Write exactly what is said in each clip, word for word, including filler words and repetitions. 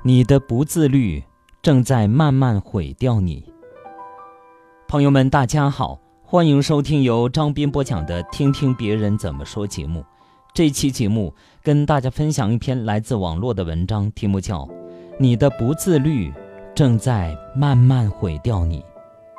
你的不自律正在慢慢毁掉你。朋友们，大家好，欢迎收听由张斌播讲的听听别人怎么说节目。这期节目跟大家分享一篇来自网络的文章，题目叫你的不自律正在慢慢毁掉你。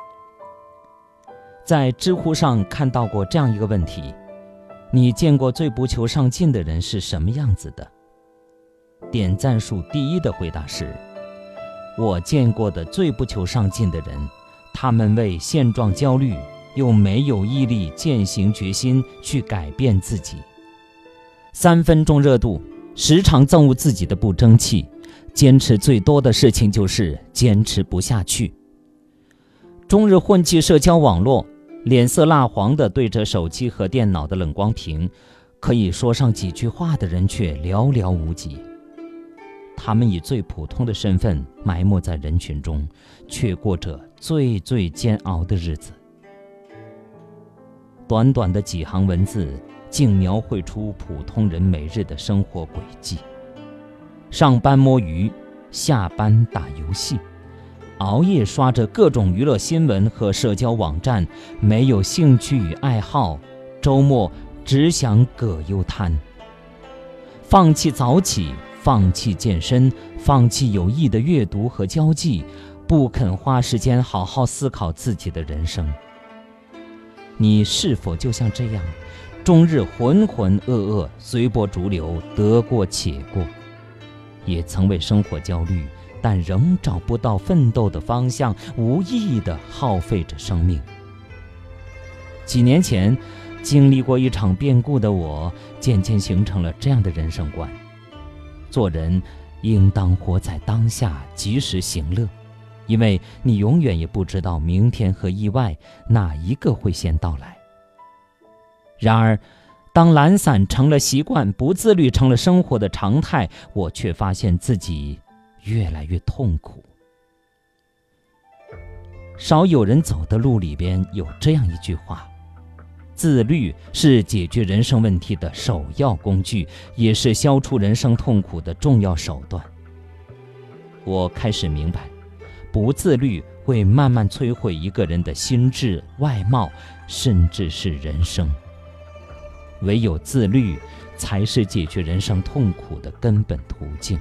在知乎上看到过这样一个问题，你见过最不求上进的人是什么样子的？点赞数第一的回答是，我见过的最不求上进的人，他们为现状焦虑，又没有毅力践行决心去改变自己。三分钟热度，时常憎恶自己的不争气，坚持最多的事情就是坚持不下去。终日混迹社交网络，脸色蜡黄地对着手机和电脑的冷光屏，可以说上几句话的人却寥寥无几。他们以最普通的身份埋没在人群中，却过着最最煎熬的日子。短短的几行文字，竟描绘出普通人每日的生活轨迹：上班摸鱼，下班打游戏，熬夜刷着各种娱乐新闻和社交网站，没有兴趣与爱好，周末只想葛优瘫。放弃早起，放弃健身，放弃有益的阅读和交际，不肯花时间好好思考自己的人生。你是否就像这样，终日浑浑噩噩，随波逐流，得过且过？也曾为生活焦虑，但仍找不到奋斗的方向，无意义地耗费着生命。几年前经历过一场变故的我，渐渐形成了这样的人生观：做人应当活在当下，及时行乐，因为你永远也不知道明天和意外哪一个会先到来。然而当懒散成了习惯，不自律成了生活的常态，我却发现自己越来越痛苦。少有人走的路里边有这样一句话：自律是解决人生问题的首要工具，也是消除人生痛苦的重要手段。我开始明白，不自律会慢慢摧毁一个人的心智、外貌，甚至是人生。唯有自律，才是解决人生痛苦的根本途径。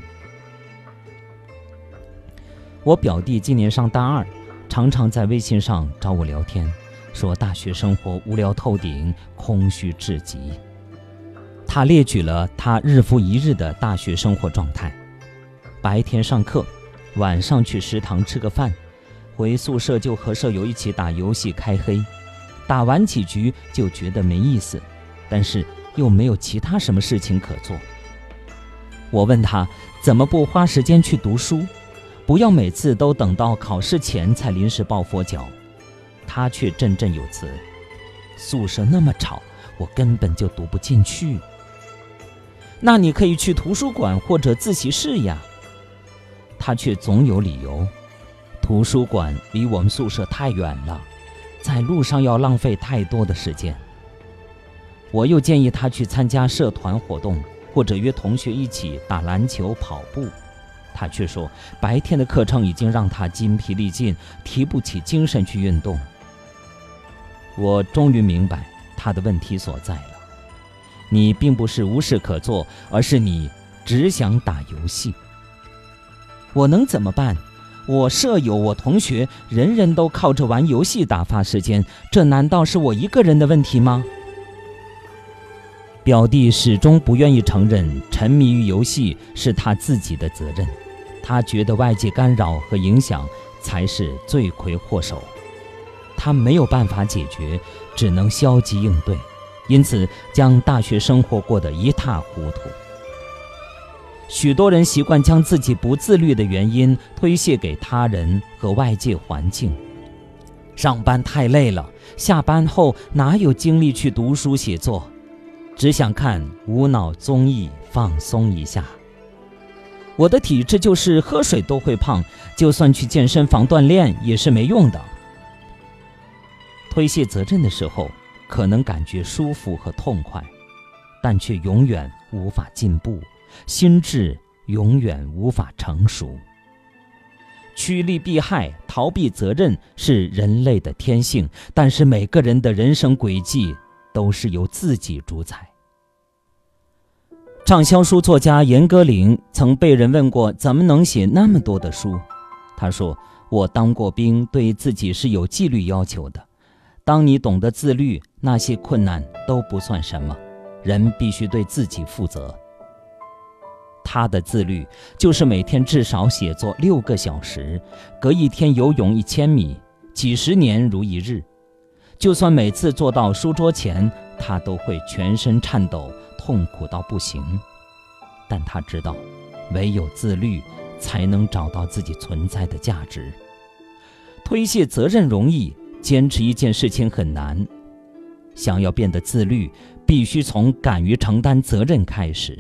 我表弟今年上大二，常常在微信上找我聊天，说大学生活无聊透顶，空虚至极。他列举了他日复一日的大学生活状态：白天上课，晚上去食堂吃个饭，回宿舍就和舍友一起打游戏开黑，打完几局就觉得没意思，但是又没有其他什么事情可做。我问他怎么不花时间去读书，不要每次都等到考试前才临时抱佛脚。他却振振有词：宿舍那么吵，我根本就读不进去。那你可以去图书馆或者自习室呀。他却总有理由：图书馆离我们宿舍太远了，在路上要浪费太多的时间。我又建议他去参加社团活动，或者约同学一起打篮球、跑步。他却说白天的课程已经让他筋疲力尽，提不起精神去运动。我终于明白他的问题所在了，你并不是无事可做，而是你只想打游戏。我能怎么办？我舍友、我同学，人人都靠着玩游戏打发时间，这难道是我一个人的问题吗？表弟始终不愿意承认沉迷于游戏是他自己的责任，他觉得外界干扰和影响才是罪魁祸首，他没有办法解决，只能消极应对，因此将大学生活过得一塌糊涂。许多人习惯将自己不自律的原因推卸给他人和外界环境。上班太累了，下班后哪有精力去读书写作，只想看无脑综艺放松一下。我的体质就是喝水都会胖，就算去健身房锻炼也是没用的。推卸责任的时候，可能感觉舒服和痛快，但却永远无法进步，心智永远无法成熟。趋利避害、逃避责任是人类的天性，但是每个人的人生轨迹都是由自己主宰。畅销书作家严歌苓曾被人问过怎么能写那么多的书，他说：我当过兵，对自己是有纪律要求的。当你懂得自律，那些困难都不算什么，人必须对自己负责。他的自律就是每天至少写作六个小时，隔一天游泳一千米，几十年如一日。就算每次坐到书桌前，他都会全身颤抖，痛苦到不行。但他知道，唯有自律才能找到自己存在的价值。推卸责任容易，坚持一件事情很难。想要变得自律，必须从敢于承担责任开始。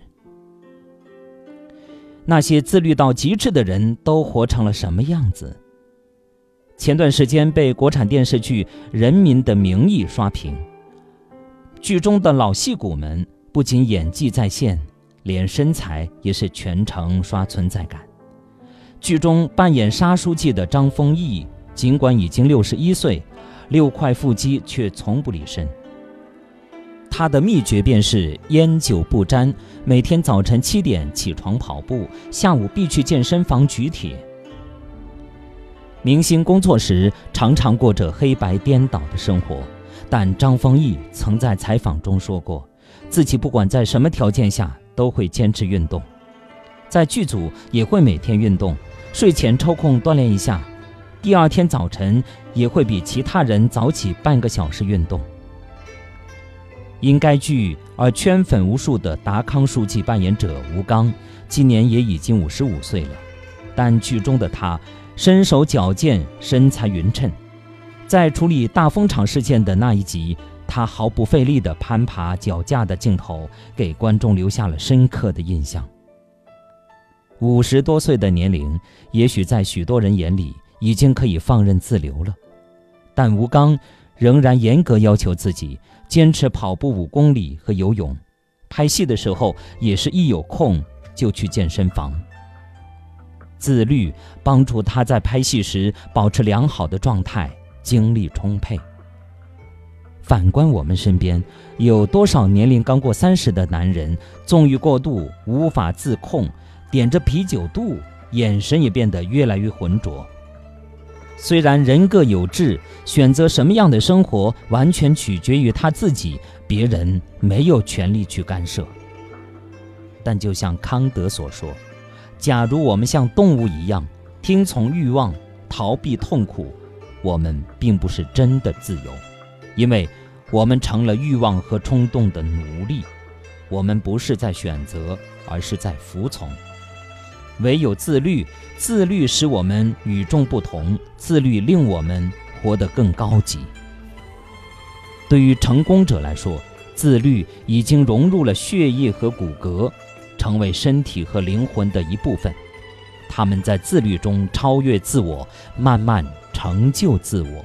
那些自律到极致的人都活成了什么样子？前段时间被国产电视剧《人民的名义》刷屏，剧中的老戏骨们不仅演技在线，连身材也是全程刷存在感。剧中扮演沙书记的张丰毅，尽管已经六十一岁，六块腹肌却从不离身。他的秘诀便是烟酒不沾，每天早晨七点起床跑步，下午必去健身房举铁。明星工作时常常过着黑白颠倒的生活，但张丰毅曾在采访中说过，自己不管在什么条件下都会坚持运动，在剧组也会每天运动，睡前抽空锻炼一下，第二天早晨也会比其他人早起半个小时运动。因该剧而圈粉无数的达康书记扮演者吴刚，今年也已经五十五岁了，但剧中的他身手矫健，身材匀称。在处理大风场事件的那一集，他毫不费力地攀爬脚架的镜头，给观众留下了深刻的印象。五十多岁的年龄，也许在许多人眼里已经可以放任自流了，但吴刚仍然严格要求自己，坚持跑步五公里和游泳，拍戏的时候也是一有空就去健身房。自律帮助他在拍戏时保持良好的状态，精力充沛。反观我们身边，有多少年龄刚过三十的男人，纵欲过度，无法自控，点着啤酒肚，眼神也变得越来越浑浊。虽然人各有志，选择什么样的生活完全取决于他自己，别人没有权利去干涉。但就像康德所说，假如我们像动物一样听从欲望，逃避痛苦，我们并不是真的自由，因为我们成了欲望和冲动的奴隶。我们不是在选择，而是在服从。唯有自律，自律使我们与众不同，自律令我们活得更高级。对于成功者来说，自律已经融入了血液和骨骼，成为身体和灵魂的一部分。他们在自律中超越自我，慢慢成就自我。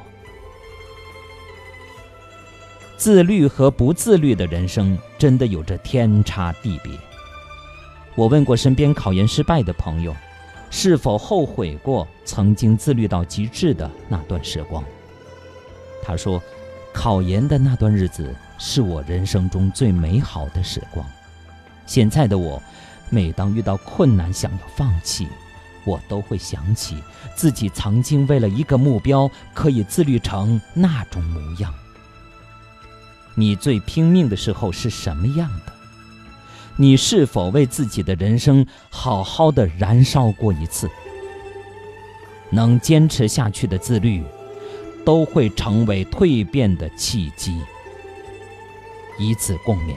自律和不自律的人生真的有着天差地别。我问过身边考研失败的朋友，是否后悔过曾经自律到极致的那段时光。他说，考研的那段日子是我人生中最美好的时光。现在的我，每当遇到困难想要放弃，我都会想起自己曾经为了一个目标可以自律成那种模样。你最拼命的时候是什么样的？你是否为自己的人生好好的燃烧过一次？能坚持下去的自律，都会成为蜕变的契机。以此共勉。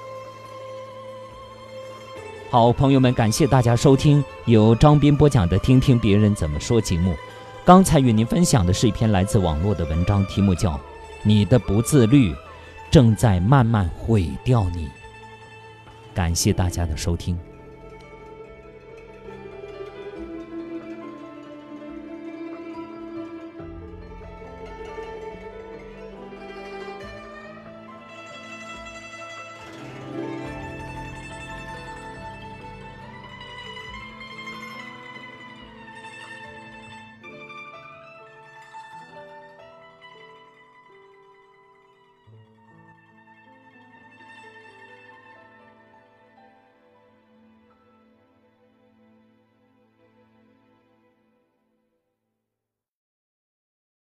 好，朋友们，感谢大家收听由张斌播讲的听听别人怎么说节目。刚才与您分享的是一篇来自网络的文章，题目叫《你的不自律正在慢慢毁掉你》。感谢大家的收听。